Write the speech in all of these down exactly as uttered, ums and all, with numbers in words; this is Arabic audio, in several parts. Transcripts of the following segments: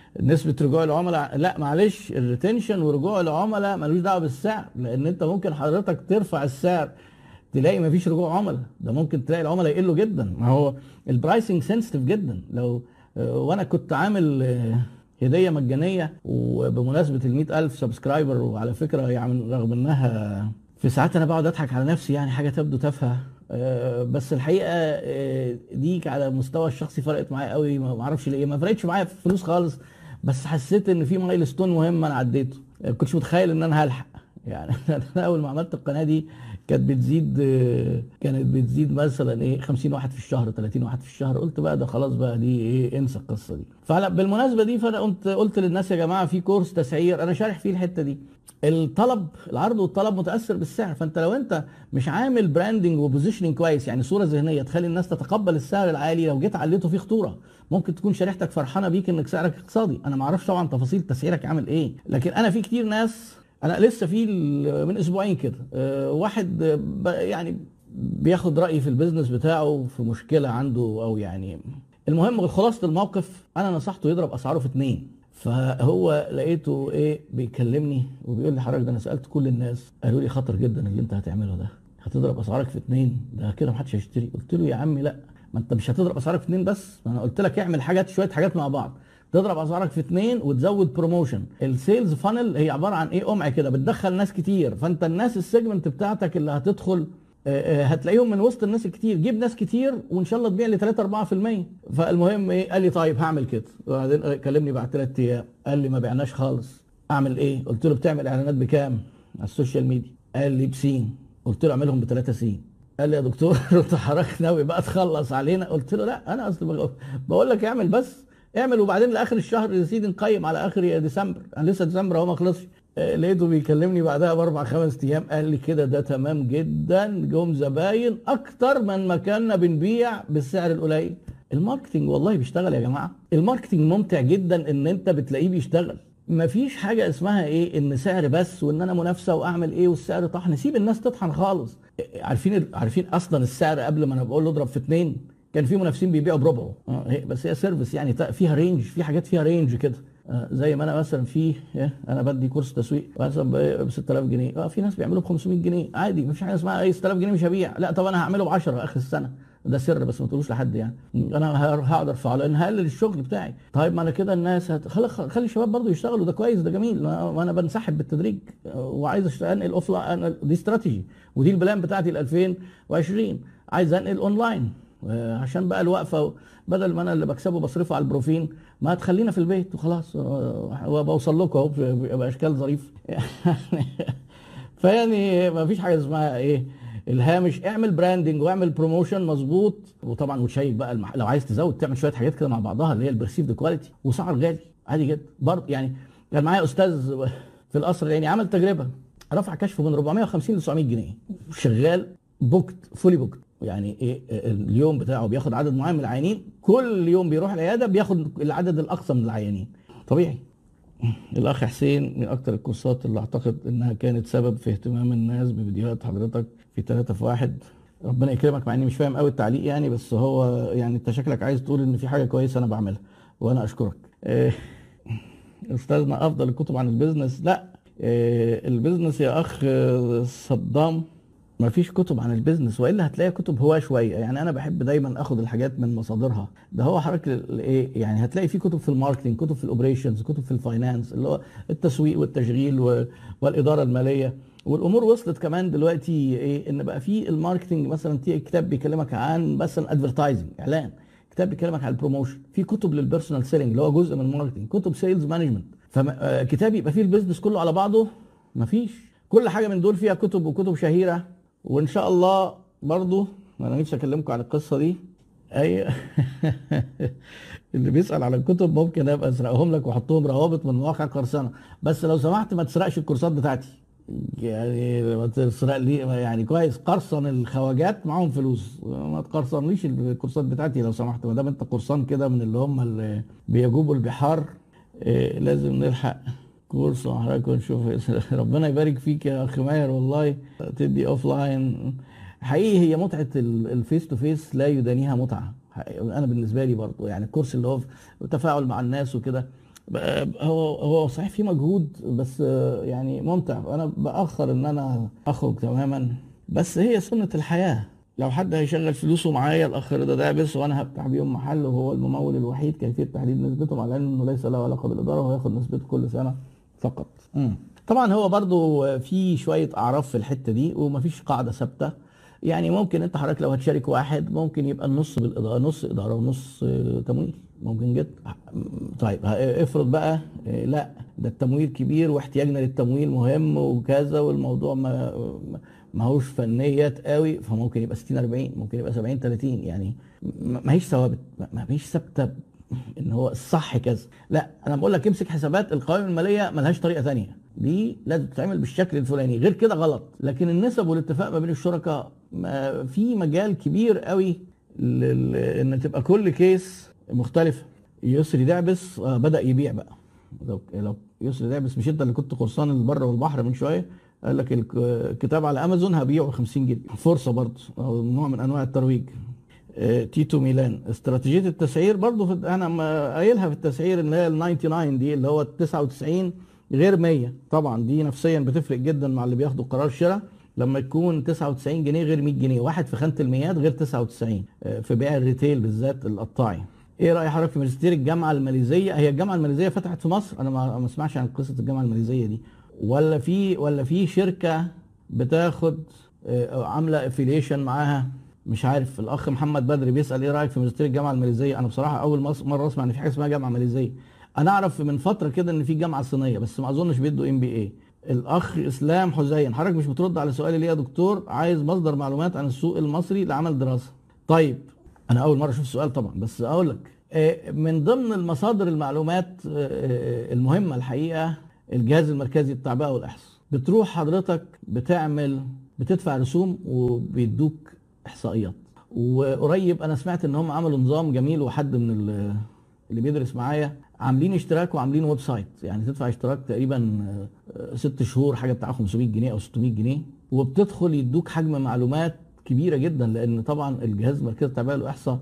نسبه رجوع العملاء، لا معلش، الريتنشن ورجوع العملاء ملوش دعوه بالسعر، لان انت ممكن حضرتك ترفع السعر تلاقي مفيش رجوع عملاء، ده ممكن تلاقي العملاء يقلوا جدا. ما هو البرايسنج سنسيتيف جدا. لو آه، وانا كنت عامل آه، هديه مجانيه وبمناسبه ال مئة ألف سبسكرايبر، وعلى فكره يعني رغم انها في ساعات انا بقعد اضحك على نفسي، يعني حاجه تبدو تافهه، آه، بس الحقيقه آه، دي على المستوى الشخصي فرقت معايا قوي، ما اعرفش ليه، ما فرقتش معايا في فلوس خالص، بس حسيت ان في مايل ستون مهم انا عديته، ما كنتش متخيل ان انا هلحق يعني. انا اول ما عملت القناه دي كانت بتزيد آه، كانت بتزيد مثلا ايه خمسين واحد في الشهر، ثلاثين واحد في الشهر، قلت بقى ده خلاص بقى دي ايه، انسى القصه دي. فلا بالمناسبه دي، فانا قلت قلت للناس يا جماعه في كورس تسعير انا شارح فيه الحته دي. الطلب، العرض والطلب متاثر بالسعر، فانت لو انت مش عامل براندنج وبوزيشننج كويس، يعني صوره ذهنيه تخلي الناس تتقبل السعر العالي، لو جيت عليته فيه خطوره. ممكن تكون شريحتك فرحانه بيك انك سعرك اقتصادي، انا ما اعرفش طبعا تفاصيل تسعيرك عامل ايه، لكن انا في كتير ناس، انا لسه في ال- من اسبوعين كده آه، واحد آه، ب- يعني بياخد رايي في البيزنس بتاعه في مشكله عنده، او يعني المهم خلاصه الموقف انا نصحته يضرب اسعاره في اتنين. فهو لقيته ايه بيكلمني وبيقول لي حضرتك ده انا سالت كل الناس قالوا لي خطر جدا اللي انت هتعمله ده، هتضرب اسعارك في اتنين، ده كده محدش هيشتري. قلت له يا عمي لا، ما انت مش هتضرب اسعارك في اتنين بس، ما انا قلت لك اعمل حاجات، شويه حاجات مع بعض، تضرب اسعارك في اتنين وتزود بروموشن. السيلز فانل هي عباره عن ايه، قمع كده بتدخل ناس كتير، فانت الناس السيجمنت بتاعتك اللي هتدخل آه، آه، هتلاقيهم من وسط الناس الكتير، جيب ناس كتير وان شاء الله تبيع لي ثلاثة أربعة في المية. فالمهم ايه، قال لي طيب هعمل كده، وبعدين كلمني بعد ثلاث ايام قال لي ما بعناش خالص، اعمل ايه؟ قلت له بتعمل اعلانات بكام على السوشيال ميديا؟ قال لي بسين. قلت له اعملهم بثلاثة سين. قال لي يا دكتور انت حضرتك ناوي بقى تخلص علينا؟ قلت له لا، انا اصل بقول لك اعمل بس، اعمل وبعدين لاخر الشهر يا سيدي نقيم على اخر ديسمبر، انا لسه ديسمبر اهو ما خلصش. آه، لقيته بيكلمني بعدها باربع خمس ايام قال لي كده ده تمام جدا، جم زباين اكتر من ما كنا بنبيع بالسعر القليل. الماركتنج والله بيشتغل يا جماعه، الماركتنج ممتع جدا ان انت بتلاقيه بيشتغل. مفيش حاجه اسمها ايه ان سعر بس وان انا منافسه واعمل ايه والسعر طحن، سيب الناس تطحن خالص. عارفين عارفين اصلا السعر قبل ما انا بقول له اضرب في اتنين كان في منافسين بيبيعوا بربعه، آه، هي- بس هي سيرفيس يعني تا- فيها رينج، في حاجات فيها رينج كده. آه، زي ما انا مثلا في إيه، انا بدي كورس تسويق مثلا ب ستة آلاف جنيه، اه في ناس بيعملوا ب خمسمية جنيه عادي، مفيش حاجه اسمها اي ستة آلاف جنيه مش هبيع، لا طب انا هعمله ب عشرة اخر السنه، ده سر بس ما تقولوش لحد يعني، انا ه- هقعد ارفعه لان هقلل الشغل بتاعي. طيب ما انا كده الناس هت... خلي خلي الشباب برضو يشتغلوا، ده كويس ده جميل، ما- وانا بنسحب بالتدريج آه، وعايز أشت- انقل اوف لاين، دي استراتيجي ودي البلان بتاعتي ل ألفين وعشرين، عايز انقل اونلاين آه، عشان بقى الوقفه بدل ما انا اللي بكسبه بصرفه على البروفين، ما تخلينا في البيت وخلاص آه، وبوصل لكم اهو ب- باشكال ظريفه. فيعني ما فيش حاجه اسمها ايه الهامش، اعمل براندنج واعمل بروموشن مظبوط، وطبعا وتشيك بقى المح... لو عايز تزود تعمل شويه حاجات كده مع بعضها اللي هي البرسيفد كواليتي، وسعر غالي عادي جدا برضه يعني. كان معايا استاذ في القصر يعني عمل تجربه، رفع كشفه من أربعمية وخمسين ل تسعمية جنيه، شغال بوكت فولي بوكت، يعني ايه اليوم بتاعه بياخد عدد معين من العيانين، كل يوم بيروح العياده بياخد العدد الاقصى من العيانين طبيعي. الاخ حسين من اكتر الكورسات اللي اعتقد انها كانت سبب في اهتمام الناس بفيديوهات حضرتك في ثلاثة في واحد. ربنا يكرمك، مع اني مش فاهم قوي التعليق يعني، بس هو يعني انت شكلك عايز تقول ان في حاجه كويسه انا بعملها، وانا اشكرك. إيه، استاذنا افضل الكتب عن البيزنس؟ لا، إيه، البيزنس يا اخ آه، صدام ما فيش كتب عن البيزنس، والا هتلاقي كتب هواه شويه، يعني انا بحب دايما اخد الحاجات من مصادرها، ده هو حضرتك ايه يعني هتلاقي في كتب في الماركتنج، كتب في الاوبريشنز، كتب في الفاينانس اللي هو التسويق والتشغيل و- والاداره الماليه، والامور وصلت كمان دلوقتي ايه ان بقى في الماركتنج مثلا في كتاب بيكلمك عن مثلا ادفرتايزنج اعلان، كتاب بيكلمك عن البروموشن، في كتب للبيرسونال سيلينج اللي هو جزء من الماركتنج، كتب سيلز مانجمنت، فكتاب يبقى فيه البيزنس كله على بعضه مفيش. كل حاجه من دول فيها كتب وكتب شهيره، وان شاء الله برضو انا نفسي اكلمكم عن القصه دي. اي اللي بيسال على الكتب ممكن ابقى اسرقهم لك واحطهم روابط من مواقع قرصنه، بس لو سمحت ما تسرقش الكورسات بتاعتي، يعني ما تسرق لي يعني كويس، قرصن الخواجات معاهم فلوس، ما تقرصنليش الكورسات بتاعتي لو سمحت، ما دام انت قرصان كده من اللي هم اللي بيجوبوا البحار. إيه لازم نلحق كورس مع حضرتك ونشوف. ربنا يبارك فيك يا اخ ماهر والله، تدي اوف لاين حقيقي هي متعه الفيس تو فيس لا يدانيها متعه حقيقي. انا بالنسبه لي برضو يعني الكورس اللي هو تفاعل مع الناس وكده، هو هو صحيح في مجهود، بس يعني ممتع. انا باخر ان انا اخرج تماما، بس هي سنة الحياة. لو حد هيشغل فلوسه معايا الاخ رضا دعبس وانا هفتح بيهم محل وهو الممول الوحيد، كيفية تحديد نسبته مع العلم انه ليس له علاقة بالادارة وهياخد نسبته كل سنة فقط. مم. طبعا هو برضو في شوية اعراف في الحتة دي ومفيش قاعدة ثابتة. يعني ممكن انت حضرتك لو هتشارك واحد ممكن يبقى النص بالاداره، نص اداره ونص آه، تمويل، ممكن جدا. طيب ه- افرض بقى آه، لا ده التمويل كبير واحتياجنا للتمويل مهم وكذا، والموضوع ما ما- ماهوش فنيات قوي، فممكن يبقى ستين اربعين، ممكن يبقى سبعين تلاتين. يعني ما ما هيش ثوابت، ما ما هيش ثابته ان هو الصح كذا. لا انا بقول لك امسك حسابات القوائم الماليه، ملهاش طريقه ثانيه، دي لازم تتعمل بالشكل الفلاني، غير كده غلط. لكن النسب والاتفاق ما بين الشركاء ما في مجال كبير قوي لل... ان تبقى كل كيس مختلفه. يسري دعبس آه، بدأ يبيع بقى. لو لو يسري دعبس مش انت اللي كنت قرصان البر والبحر من شويه، قال لك الك- الكتاب على امازون هبيعه خمسين جنيه، فرصه برضه او نوع من انواع الترويج. آه، تيتو ميلان استراتيجيه التسعير برضه في انا ما قايلها في التسعير اللي هي ال تسعة وتسعين دي، اللي هو ال تسعة وتسعين غير مية. طبعا دي نفسيا بتفرق جدا مع اللي بياخدوا قرار شراء، لما يكون تسعة وتسعين جنيه غير مية جنيه، واحد في خانه الميات غير تسعة وتسعين آه، في بيع الريتيل بالذات القطاعي. ايه راي حضرتك في ماجستير الجامعه الماليزيه؟ هي الجامعه الماليزيه فتحت في مصر؟ انا ما ما اسمعش عن قصه الجامعه الماليزيه دي. ولا في ولا في شركه بتاخد آه، عامله افيليشن معاها؟ مش عارف. الاخ محمد بدري بيسال ايه رايك في ماجستير الجامعه الماليزيه؟ انا بصراحه اول مص- مره اسمع ان في حاجه اسمها جامعه ماليزيه. انا اعرف من فتره كده ان في جامعه صينيه، بس ما اظنش بيدوا ام بي اي. الاخ اسلام حزين، حضرتك مش بترد على سؤالي ليه يا دكتور؟ عايز مصدر معلومات عن السوق المصري لعمل دراسه. طيب انا اول مره اشوف السؤال طبعا، بس اقول لك آه، من ضمن المصادر المعلومات آه، آه، المهمه الحقيقه الجهاز المركزي للتعبئه والاحصاء. بتروح حضرتك بتعمل بتدفع رسوم وبيدوك احصائيات. وقريب انا سمعت ان هم عملوا نظام جميل، وحد من ال- اللي بيدرس معايا عاملين اشتراك وعاملين ويب سايت، يعني تدفع اشتراك تقريبا آه، ست شهور حاجه بتاع خمسمية جنيه او ستمية جنيه، وبتدخل يدوك حجم معلومات كبيره جدا. لان طبعا الجهاز المركزي للتعبئه والاحصاء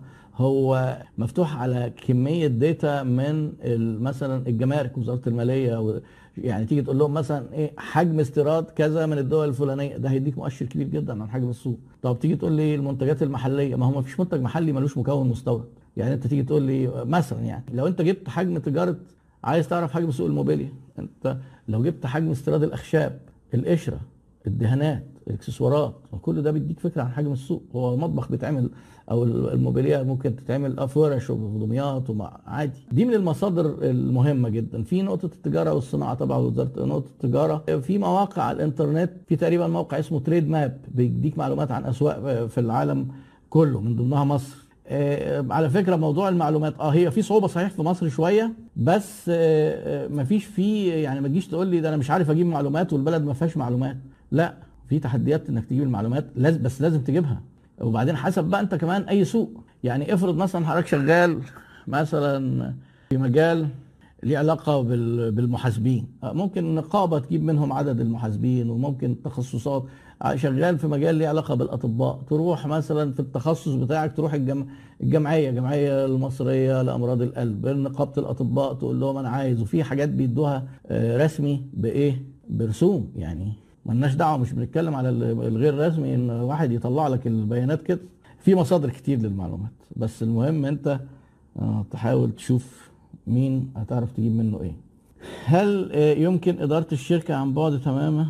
هو مفتوح على كميه داتا من ال- مثلا الجمارك وزاره الماليه و يعني تيجي تقول لهم مثلا ايه حجم استيراد كذا من الدول الفلانيه، ده هيديك مؤشر كبير جدا عن حجم السوق. طب تيجي تقول لي المنتجات المحليه، ما هو ما فيش منتج محلي ملوش مكون مستورد. يعني انت تيجي تقول لي مثلا، يعني لو انت جبت حجم تجاره، عايز تعرف حجم سوق الموبيليا، انت لو جبت حجم استيراد الاخشاب، القشره، الدهانات، الاكسسوارات، كل ده بيديك فكره عن حجم السوق. هو المطبخ بيتعمل او الموبيليا ممكن تتعمل افورش ودمياط ومع عادي. دي من المصادر المهمه جدا. في نقطه التجاره والصناعه طبعا وزاره نقطه التجاره، في مواقع على الانترنت، في تقريبا موقع اسمه تريد ماب بيديك معلومات عن اسواق في العالم كله من ضمنها مصر. آه، على فكره موضوع المعلومات اه هي في صعوبه صحيح في مصر شويه، بس آه، آه، مفيش فيه، يعني ما تجيش تقول لي ده انا مش عارف اجيب معلومات والبلد ما فيهاش معلومات. لا، في تحديات انك تجيب المعلومات، لازم بس لازم تجيبها. وبعدين حسب بقى انت كمان اي سوق. يعني افرض مثلا حضرتك شغال مثلا في مجال ليه علاقه بال- بالمحاسبين، ممكن نقابه تجيب منهم عدد المحاسبين، وممكن تخصصات. شغال في مجال ليه علاقه بالاطباء، تروح مثلا في التخصص بتاعك تروح الجم... الجمعيه الجمعيه المصريه لامراض القلب، نقابه الاطباء، تقول لهم انا عايز. وفي حاجات بيدوها آه، رسمي بايه؟ برسوم يعني. ملناش دعوه، مش بنتكلم على ال- الغير رسمي ان واحد يطلع لك البيانات كده. في مصادر كتير للمعلومات، بس المهم انت آه، تحاول تشوف مين هتعرف تجيب منه ايه. هل آه، يمكن اداره الشركه عن بعد تماما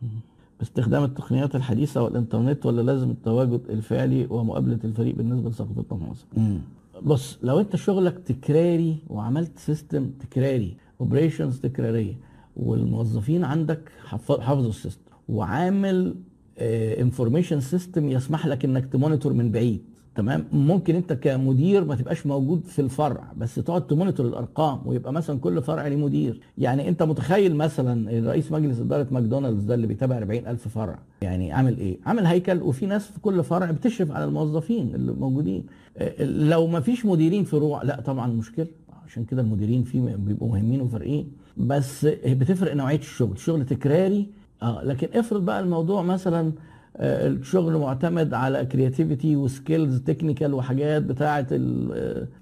باستخدام التقنيات الحديثه والانترنت، ولا لازم التواجد الفعلي ومقابله الفريق بالنسبه لثقافتنا في مصر؟ مم. بص، لو انت شغلك تكراري وعملت سيستم تكراري، اوبريشنز تكراريه، والموظفين عندك حف- حافظوا السيستم، وعامل انفورميشن سيستم يسمح لك انك تمونيتور من بعيد، تمام. ممكن انت كمدير ما تبقاش موجود في الفرع، بس تقعد تمونيتور الارقام، ويبقى مثلا كل فرع ليه مدير. يعني انت متخيل مثلا رئيس مجلس اداره ماكدونالدز ده اللي بيتابع اربعين الف فرع، يعني عامل ايه؟ عامل هيكل، وفي ناس في كل فرع بتشرف على الموظفين اللي موجودين. آه، لو ما فيش مديرين فروع، لا طبعا مشكله. عشان كده المديرين فيه بيبقوا مهمين وفارقين، بس بتفرق نوعيه الشغل. شغل تكراري اه لكن افرض بقى الموضوع مثلا آه، الشغل معتمد على كرياتيفيتي وسكيلز تكنيكال وحاجات بتاعه ال-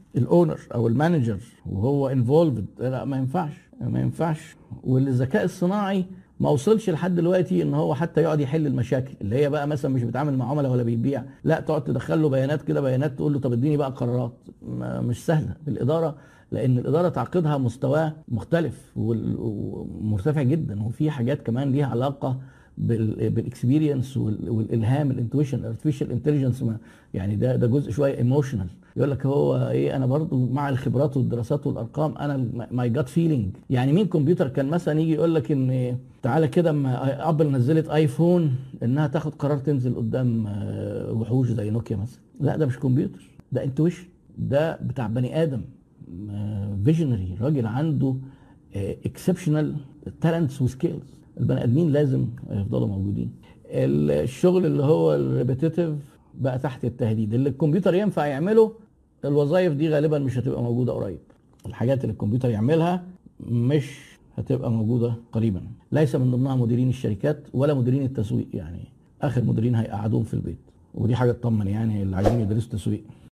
الاونر او المانجر وهو انفولفد، لا ما ينفعش ما ينفعش. والذكاء الصناعي ما وصلش لحد دلوقتي ان هو حتى يقعد يحل المشاكل اللي هي بقى مثلا مش بيتعامل مع عملاء ولا بيبيع، لا تقعد تدخل له بيانات كده، بيانات تقول له طب اديني بقى قرارات. مش سهله الاداره، لان الاداره تعقيدها مستواه مختلف ومرتفع جدا، وفي حاجات كمان ليها علاقه بالاكسبيرينس والالهام، الانتويشن، الارتفيشال انتليجنس، يعني ده ده جزء شويه ايموشنال. يقول لك هو ايه، انا برضو مع الخبرات والدراسات والارقام انا ماي جاد فيلينج. يعني مين كمبيوتر كان مثلا يجي يقول لك ان تعالى كده اما ابل نزلت ايفون انها تاخد قرار تنزل قدام وحوش زي نوكيا مثلا؟ لا ده مش كمبيوتر، ده انتويشن، ده بتاع بني ادم فيجنري، راجل عنده اكسبشنال تالنتس وسكيلز. البني ادمين لازم يفضلوا موجودين. الشغل اللي هو الريبيتيتيف بقى تحت التهديد، اللي الكمبيوتر ينفع يعمله الوظائف دي غالبا مش هتبقى موجوده قريب. الحاجات اللي الكمبيوتر يعملها مش هتبقى موجوده قريبا، ليس من ضمنها مديرين الشركات ولا مديرين التسويق، يعني اخر مديرين هيقعدوهم في البيت، ودي حاجه تطمن يعني اللي عايزين يدرسوا تسويق.